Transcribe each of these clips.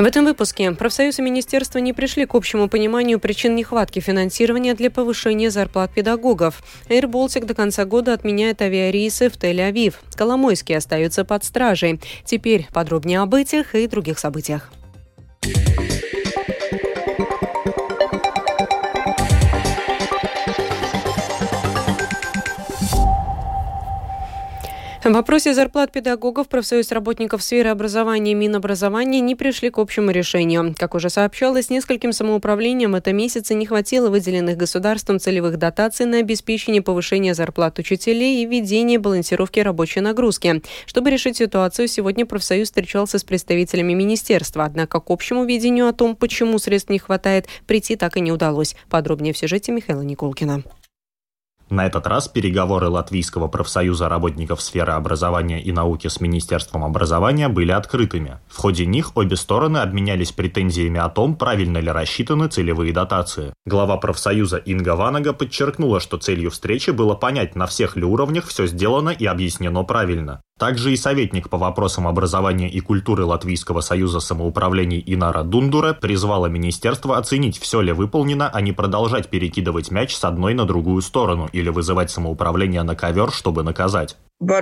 В этом выпуске профсоюз и министерство не пришли к общему пониманию причин нехватки финансирования для повышения зарплат педагогов. Air Baltic до конца года отменяет авиарейсы в Тель-Авив. Коломойские остаются под стражей. Теперь подробнее об этих и других событиях. В вопросе зарплат педагогов профсоюз работников сферы образования и Минобразования не пришли к общему решению. Как уже сообщалось, нескольким самоуправлениям этого месяца не хватило выделенных государством целевых дотаций на обеспечение повышения зарплат учителей и введение балансировки рабочей нагрузки. Чтобы решить ситуацию, сегодня профсоюз встречался с представителями министерства. Однако к общему видению о том, почему средств не хватает, прийти так и не удалось. Подробнее в сюжете Михаила Никулкина. На этот раз переговоры Латвийского профсоюза работников сферы образования и науки с Министерством образования были открытыми. В ходе них обе стороны обменялись претензиями о том, правильно ли рассчитаны целевые дотации. Глава профсоюза Инга Ванага подчеркнула, что целью встречи было понять, на всех ли уровнях все сделано и объяснено правильно. Также и советник по вопросам образования и культуры Латвийского союза самоуправлений Инара Дундуре призвала министерство оценить, все ли выполнено, а не продолжать перекидывать мяч с одной на другую сторону или вызывать самоуправление на ковер, чтобы наказать.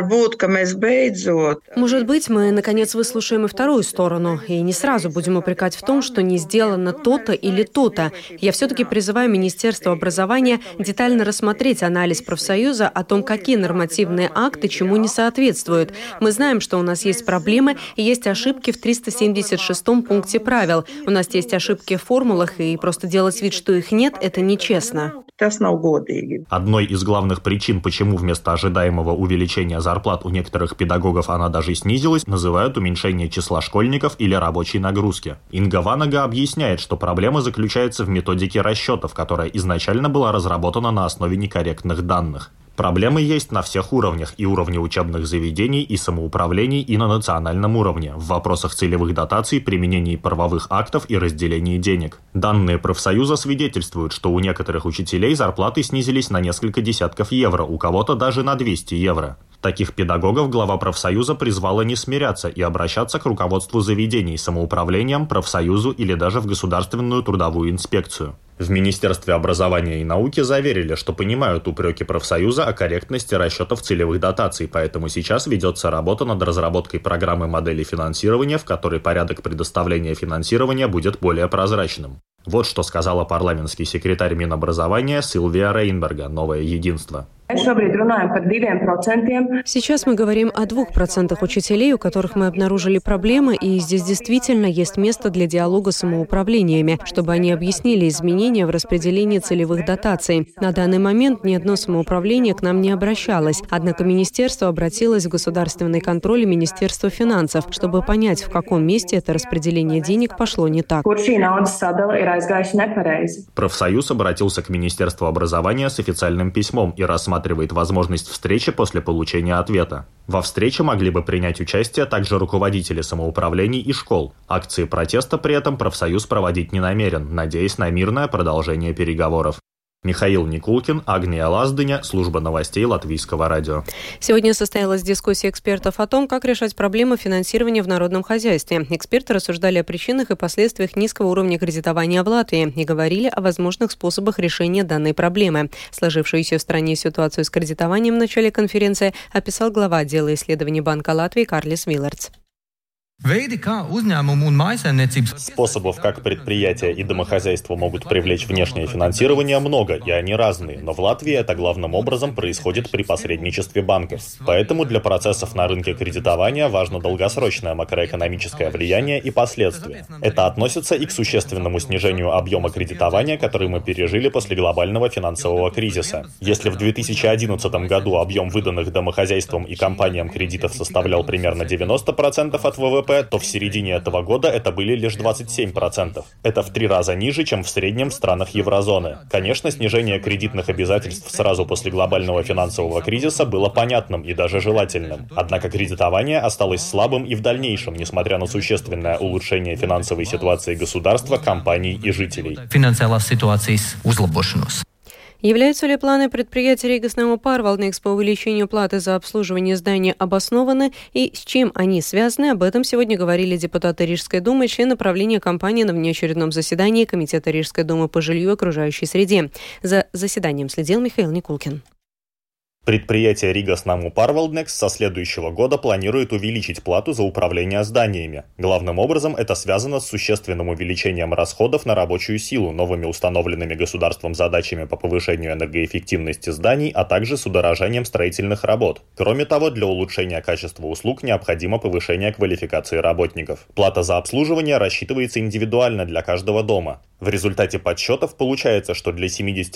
Может быть, мы, наконец, выслушаем и вторую сторону, и не сразу будем упрекать в том, что не сделано то-то или то-то. Я все-таки призываю Министерство образования детально рассмотреть анализ профсоюза о том, какие нормативные акты чему не соответствуют. Мы знаем, что у нас есть проблемы и есть ошибки в 376-м пункте правил. У нас есть ошибки в формулах, и просто делать вид, что их нет, это нечестно. Одной из главных причин, почему вместо ожидаемого увеличения зарплат у некоторых педагогов она даже снизилась, называют уменьшение числа школьников или рабочей нагрузки. Инга Ванага объясняет, что проблема заключается в методике расчетов, которая изначально была разработана на основе некорректных данных. Проблемы есть на всех уровнях, и уровне учебных заведений, и самоуправлений, и на национальном уровне, в вопросах целевых дотаций, применении правовых актов и разделении денег. Данные профсоюза свидетельствуют, что у некоторых учителей зарплаты снизились на несколько десятков евро, у кого-то даже на 200 евро. Таких педагогов глава профсоюза призвала не смиряться и обращаться к руководству заведений, самоуправлениям, профсоюзу или даже в Государственную трудовую инспекцию. В Министерстве образования и науки заверили, что понимают упреки профсоюза о корректности расчетов целевых дотаций, поэтому сейчас ведется работа над разработкой программы модели финансирования, в которой порядок предоставления финансирования будет более прозрачным. Вот что сказала парламентский секретарь Минобразования Силвия Рейнберга, «Новое единство». Сейчас мы говорим о 2% учителей, у которых мы обнаружили проблемы, и здесь действительно есть место для диалога с самоуправлениями, чтобы они объяснили изменения в распределении целевых дотаций. На данный момент ни одно самоуправление к нам не обращалось, однако министерство обратилось в государственный контроль и Министерство финансов, чтобы понять, в каком месте это распределение денег пошло не так. Профсоюз обратился к Министерству образования с официальным письмом и рассматривает возможность встречи после получения ответа. Во встрече могли бы принять участие также руководители самоуправлений и школ. Акции протеста при этом профсоюз проводить не намерен, надеясь на мирное продолжение переговоров. Михаил Никулкин, Агния Лаздыня, служба новостей Латвийского радио. Сегодня состоялась дискуссия экспертов о том, как решать проблемы финансирования в народном хозяйстве. Эксперты рассуждали о причинах и последствиях низкого уровня кредитования в Латвии и говорили о возможных способах решения данной проблемы. Сложившуюся в стране ситуацию с кредитованием в начале конференции описал глава отдела исследований Банка Латвии Карлис Виллардс. Способов, как предприятия и домохозяйства могут привлечь внешнее финансирование, много, и они разные, но в Латвии это главным образом происходит при посредничестве банков. Поэтому для процессов на рынке кредитования важно долгосрочное макроэкономическое влияние и последствия. Это относится и к существенному снижению объема кредитования, который мы пережили после глобального финансового кризиса. Если в 2011 году объем выданных домохозяйствам и компаниям кредитов составлял примерно 90% от ВВП, то в середине этого года это были лишь 27%. Это в 3 раза ниже, чем в среднем в странах еврозоны. Конечно, снижение кредитных обязательств сразу после глобального финансового кризиса было понятным и даже желательным. Однако кредитование осталось слабым и в дальнейшем, несмотря на существенное улучшение финансовой ситуации государства, компаний и жителей. Являются ли планы предприятия Риgas Namo Pārvaldnieks по увеличению платы за обслуживание здания обоснованы и с чем они связаны? Об этом сегодня говорили депутаты Рижской думы, члены правления компании на внеочередном заседании Комитета Рижской думы по жилью и окружающей среде. За заседанием следил Михаил Никулкин. Предприятие Риgas Namo Pārvaldnieks со следующего года планирует увеличить плату за управление зданиями. Главным образом это связано с существенным увеличением расходов на рабочую силу, новыми установленными государством задачами по повышению энергоэффективности зданий, а также с удорожанием строительных работ. Кроме того, для улучшения качества услуг необходимо повышение квалификации работников. Плата за обслуживание рассчитывается индивидуально для каждого дома. В результате подсчетов получается, что для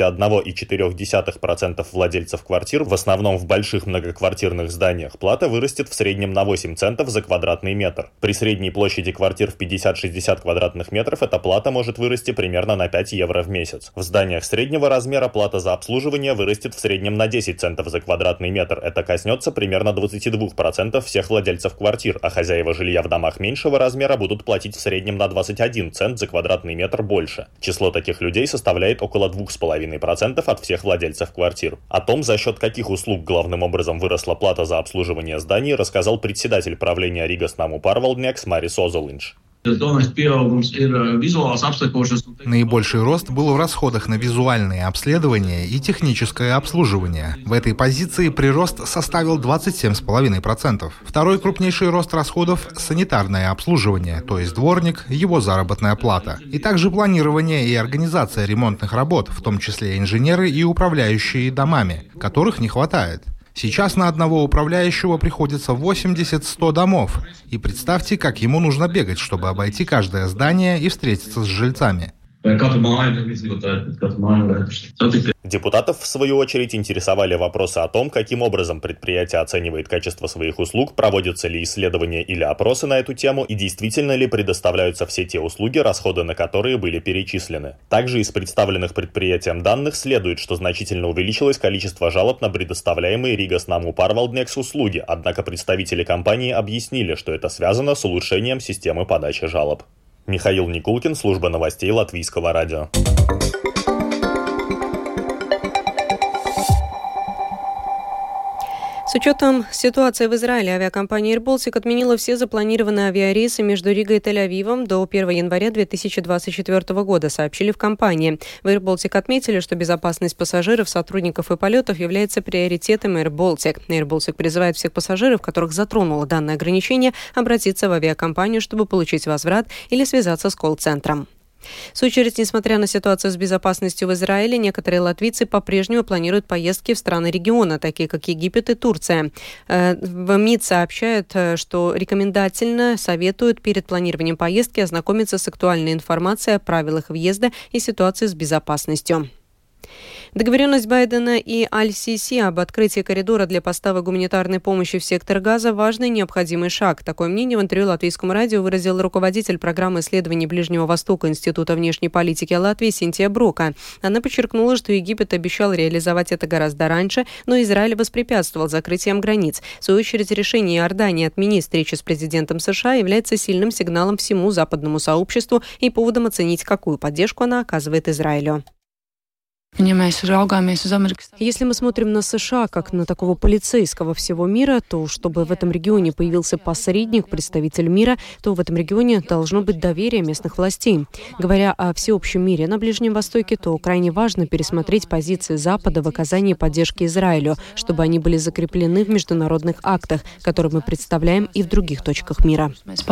71,4% владельцев квартир, в основном в больших многоквартирных зданиях, плата вырастет в среднем на 8 центов за квадратный метр. При средней площади квартир в 50-60 квадратных метров эта плата может вырасти примерно на 5 евро в месяц. В зданиях среднего размера плата за обслуживание вырастет в среднем на 10 центов за квадратный метр. Это коснется примерно 22% всех владельцев квартир, а хозяева жилья в домах меньшего размера будут платить в среднем на 21 цент за квадратный метр больше. Число таких людей составляет около 2,5% от всех владельцев квартир. О том, за счет каких услуг главным образом выросла плата за обслуживание зданий, рассказал председатель правления Риgas Namo Pārvaldnieks Maris Ozoliņš. Наибольший рост был в расходах на визуальные обследования и техническое обслуживание. В этой позиции прирост составил 27,5%. Второй крупнейший рост расходов – санитарное обслуживание, то есть дворник, его заработная плата. И также планирование и организация ремонтных работ, в том числе инженеры и управляющие домами, которых не хватает. Сейчас на одного управляющего приходится 80-100 домов. И представьте, как ему нужно бегать, чтобы обойти каждое здание и встретиться с жильцами. Депутатов, в свою очередь, интересовали вопросы о том, каким образом предприятие оценивает качество своих услуг, проводятся ли исследования или опросы на эту тему и действительно ли предоставляются все те услуги, расходы на которые были перечислены. Также из представленных предприятием данных следует, что значительно увеличилось количество жалоб на предоставляемые Риgas Namo Pārvaldnieks услуги, однако представители компании объяснили, что это связано с улучшением системы подачи жалоб. Михаил Никулкин, служба новостей Латвийского радио. С учетом ситуации в Израиле, авиакомпания Air Baltic отменила все запланированные авиарейсы между Ригой и Тель-Авивом до 1 января 2024 года, сообщили в компании. В Air Baltic отметили, что безопасность пассажиров, сотрудников и полетов является приоритетом Air Baltic. Air Baltic призывает всех пассажиров, которых затронуло данное ограничение, обратиться в авиакомпанию, чтобы получить возврат или связаться с колл-центром. В свою очередь, несмотря на ситуацию с безопасностью в Израиле, некоторые латвийцы по-прежнему планируют поездки в страны региона, такие как Египет и Турция. В МИД сообщают, что рекомендательно советуют перед планированием поездки ознакомиться с актуальной информацией о правилах въезда и ситуации с безопасностью. Договоренность Байдена и Аль-Сиси об открытии коридора для поставок гуманитарной помощи в сектор Газа – важный и необходимый шаг. Такое мнение в интервью Латвийскому радио выразил руководитель программы исследований Ближнего Востока Института внешней политики Латвии Синтия Брока. Она подчеркнула, что Египет обещал реализовать это гораздо раньше, но Израиль воспрепятствовал закрытием границ. В свою очередь, решение Иордании отменить встречу с президентом США является сильным сигналом всему западному сообществу и поводом оценить, какую поддержку она оказывает Израилю. Если мы смотрим на США как на такого полицейского всего мира, то чтобы в этом регионе появился посредник, представитель мира, то в этом регионе должно быть доверие местных властей. Говоря о всеобщем мире на Ближнем Востоке, то крайне важно пересмотреть позиции Запада в оказании поддержки Израилю, чтобы они были закреплены в международных актах, которые мы представляем и в других точках мира.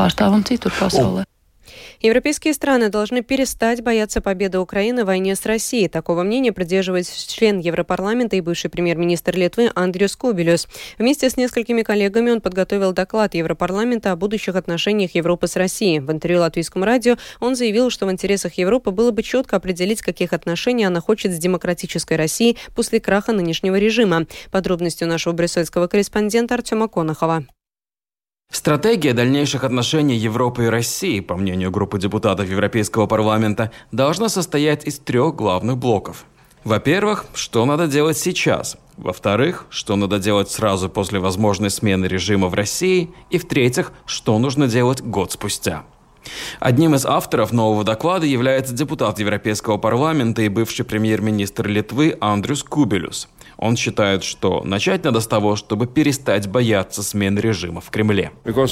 Европейские страны должны перестать бояться победы Украины в войне с Россией. Такого мнения придерживается член Европарламента и бывший премьер-министр Литвы Андриус Кубилюс. Вместе с несколькими коллегами он подготовил доклад Европарламента о будущих отношениях Европы с Россией. В интервью Латвийскому радио он заявил, что в интересах Европы было бы четко определить, каких отношений она хочет с демократической Россией после краха нынешнего режима. Подробности у нашего брюссельского корреспондента Артема Конохова. Стратегия дальнейших отношений Европы и России, по мнению группы депутатов Европейского парламента, должна состоять из 3 главных блоков. Во-первых, что надо делать сейчас. Во-вторых, что надо делать сразу после возможной смены режима в России. И в-третьих, что нужно делать год спустя. Одним из авторов нового доклада является депутат Европейского парламента и бывший премьер-министр Литвы Андрюс Кубелюс. Он считает, что начать надо с того, чтобы перестать бояться смены режима в Кремле.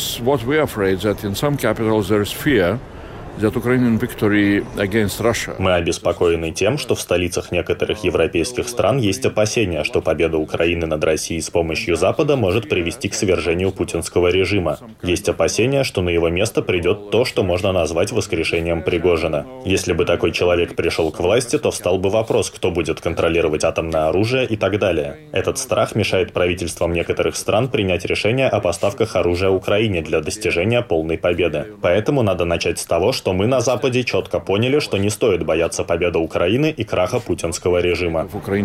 Мы обеспокоены тем, что в столицах некоторых европейских стран есть опасения, что победа Украины над Россией с помощью Запада может привести к свержению путинского режима. Есть опасения, что на его место придет то, что можно назвать воскрешением Пригожина. Если бы такой человек пришел к власти, то встал бы вопрос, кто будет контролировать атомное оружие и так далее. Этот страх мешает правительствам некоторых стран принять решение о поставках оружия Украине для достижения полной победы. Поэтому надо начать с того, что мы на Западе четко поняли, что не стоит бояться победы Украины и краха путинского режима.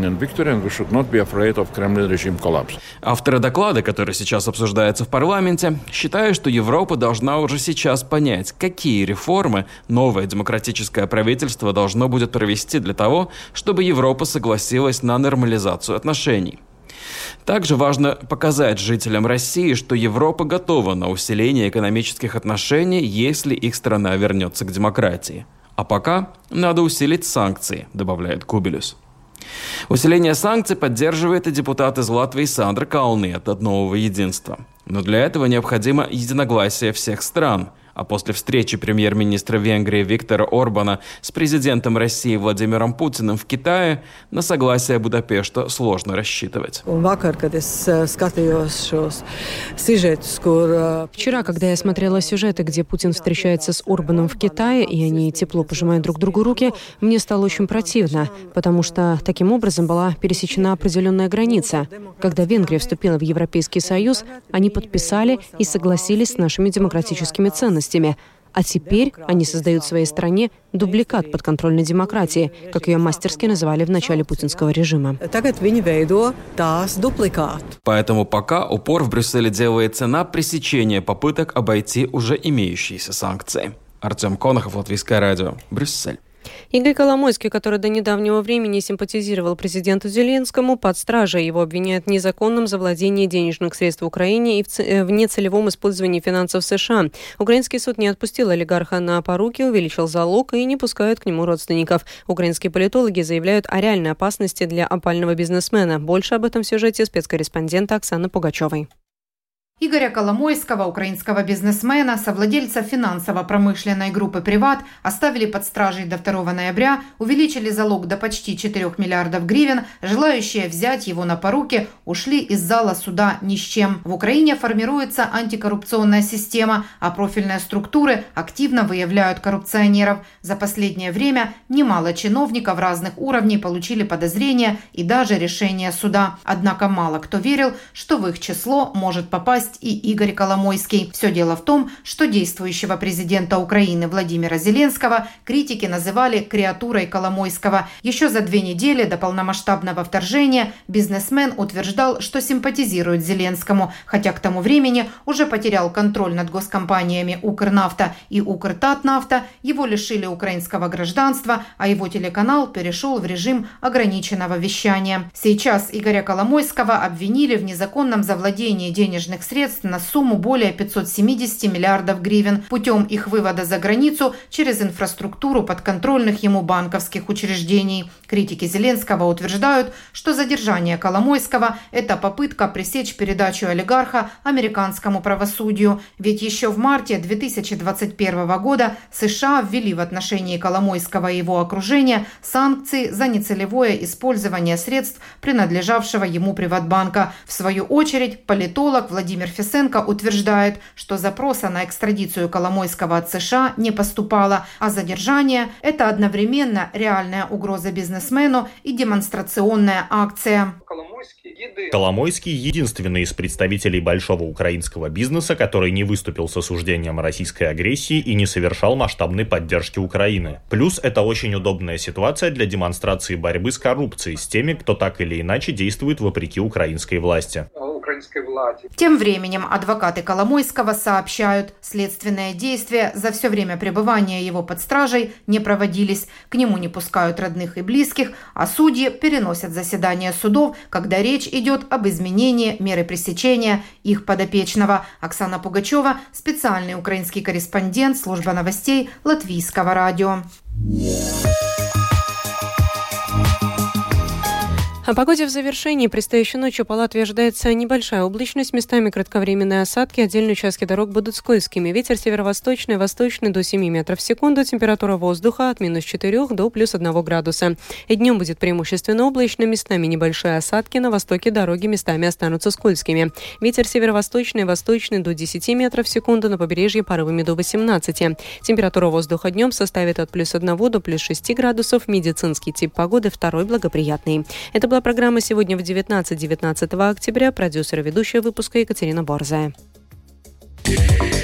Авторы доклада, который сейчас обсуждается в парламенте, считают, что Европа должна уже сейчас понять, какие реформы новое демократическое правительство должно будет провести для того, чтобы Европа согласилась на нормализацию отношений. Также важно показать жителям России, что Европа готова на усиление экономических отношений, если их страна вернется к демократии. А пока надо усилить санкции, добавляет Кубелюс. Усиление санкций поддерживает и депутат из Латвии Сандра Калниет от «Нового единства». Но для этого необходимо единогласие всех стран. А после встречи премьер-министра Венгрии Виктора Орбана с президентом России Владимиром Путиным в Китае на согласие Будапешта сложно рассчитывать. Вчера, когда я смотрела сюжеты, где Путин встречается с Орбаном в Китае, и они тепло пожимают друг другу руки, мне стало очень противно, потому что таким образом была пересечена определенная граница. Когда Венгрия вступила в Европейский Союз, они подписали и согласились с нашими демократическими ценностями. А теперь они создают в своей стране дубликат подконтрольной демократии, как ее мастерски называли в начале путинского режима. Поэтому пока упор в Брюсселе делается на пресечение попыток обойти уже имеющиеся санкции. Артем Конохов, Латвийское радио, Брюссель. Игорь Коломойский, который до недавнего времени симпатизировал президенту Зеленскому, под стражей. Его обвиняют в незаконном завладении денежных средств в Украине и в нецелевом использовании финансов США. Украинский суд не отпустил олигарха на поруки, увеличил залог и не пускает к нему родственников. Украинские политологи заявляют о реальной опасности для опального бизнесмена. Больше об этом в сюжете спецкорреспондента Оксаны Пугачевой. Игоря Коломойского, украинского бизнесмена, совладельца финансово-промышленной группы «Приват», оставили под стражей до 2 ноября, увеличили залог до почти 4 миллиардов гривен, желающие взять его на поруки ушли из зала суда ни с чем. В Украине формируется антикоррупционная система, а профильные структуры активно выявляют коррупционеров. За последнее время немало чиновников разных уровней получили подозрения и даже решение суда. Однако мало кто верил, что в их число может попасть и Игорь Коломойский. Все дело в том, что действующего президента Украины Владимира Зеленского критики называли креатурой Коломойского. Еще за 2 недели до полномасштабного вторжения бизнесмен утверждал, что симпатизирует Зеленскому, хотя к тому времени уже потерял контроль над госкомпаниями «Укрнафта» и «Укртатнафта», его лишили украинского гражданства, а его телеканал перешел в режим ограниченного вещания. Сейчас Игоря Коломойского обвинили в незаконном завладении денежных средств на сумму более 570 миллиардов гривен путем их вывода за границу через инфраструктуру подконтрольных ему банковских учреждений. Критики Зеленского утверждают, что задержание Коломойского – это попытка пресечь передачу олигарха американскому правосудию. Ведь еще в марте 2021 года США ввели в отношении Коломойского и его окружения санкции за нецелевое использование средств, принадлежавшего ему Приватбанка. В свою очередь, политолог Владимир Фесенко утверждает, что запроса на экстрадицию Коломойского от США не поступало, а задержание – это одновременно реальная угроза бизнесмену и демонстрационная акция. Коломойский – единственный из представителей большого украинского бизнеса, который не выступил с осуждением российской агрессии и не совершал масштабной поддержки Украины. Плюс это очень удобная ситуация для демонстрации борьбы с коррупцией с теми, кто так или иначе действует вопреки украинской власти. Тем временем адвокаты Коломойского сообщают, следственные действия за все время пребывания его под стражей не проводились, к нему не пускают родных и близких, а судьи переносят заседания судов, когда речь идет об изменении меры пресечения их подопечного. Оксана Пугачева, специальный украинский корреспондент, служба новостей Латвийского радио. О погоде в завершении. Предстоящей ночью по Латвии ожидается небольшая облачность, местами кратковременные осадки, отдельные участки дорог будут скользкими. Ветер северо-восточный, восточный до 7 метров в секунду, температура воздуха от минус 4 до плюс 1 градуса. И днем будет преимущественно облачно, местами небольшие осадки, на востоке дороги местами останутся скользкими. Ветер северо-восточный, восточный до 10 метров в секунду, на побережье порывами до 18. Температура воздуха днем составит от плюс 1 до плюс 6 градусов. Медицинский тип погоды второй благоприятный. Это была программа «Сегодня в 19 октября». Продюсер и ведущая выпуска Екатерина Борзая.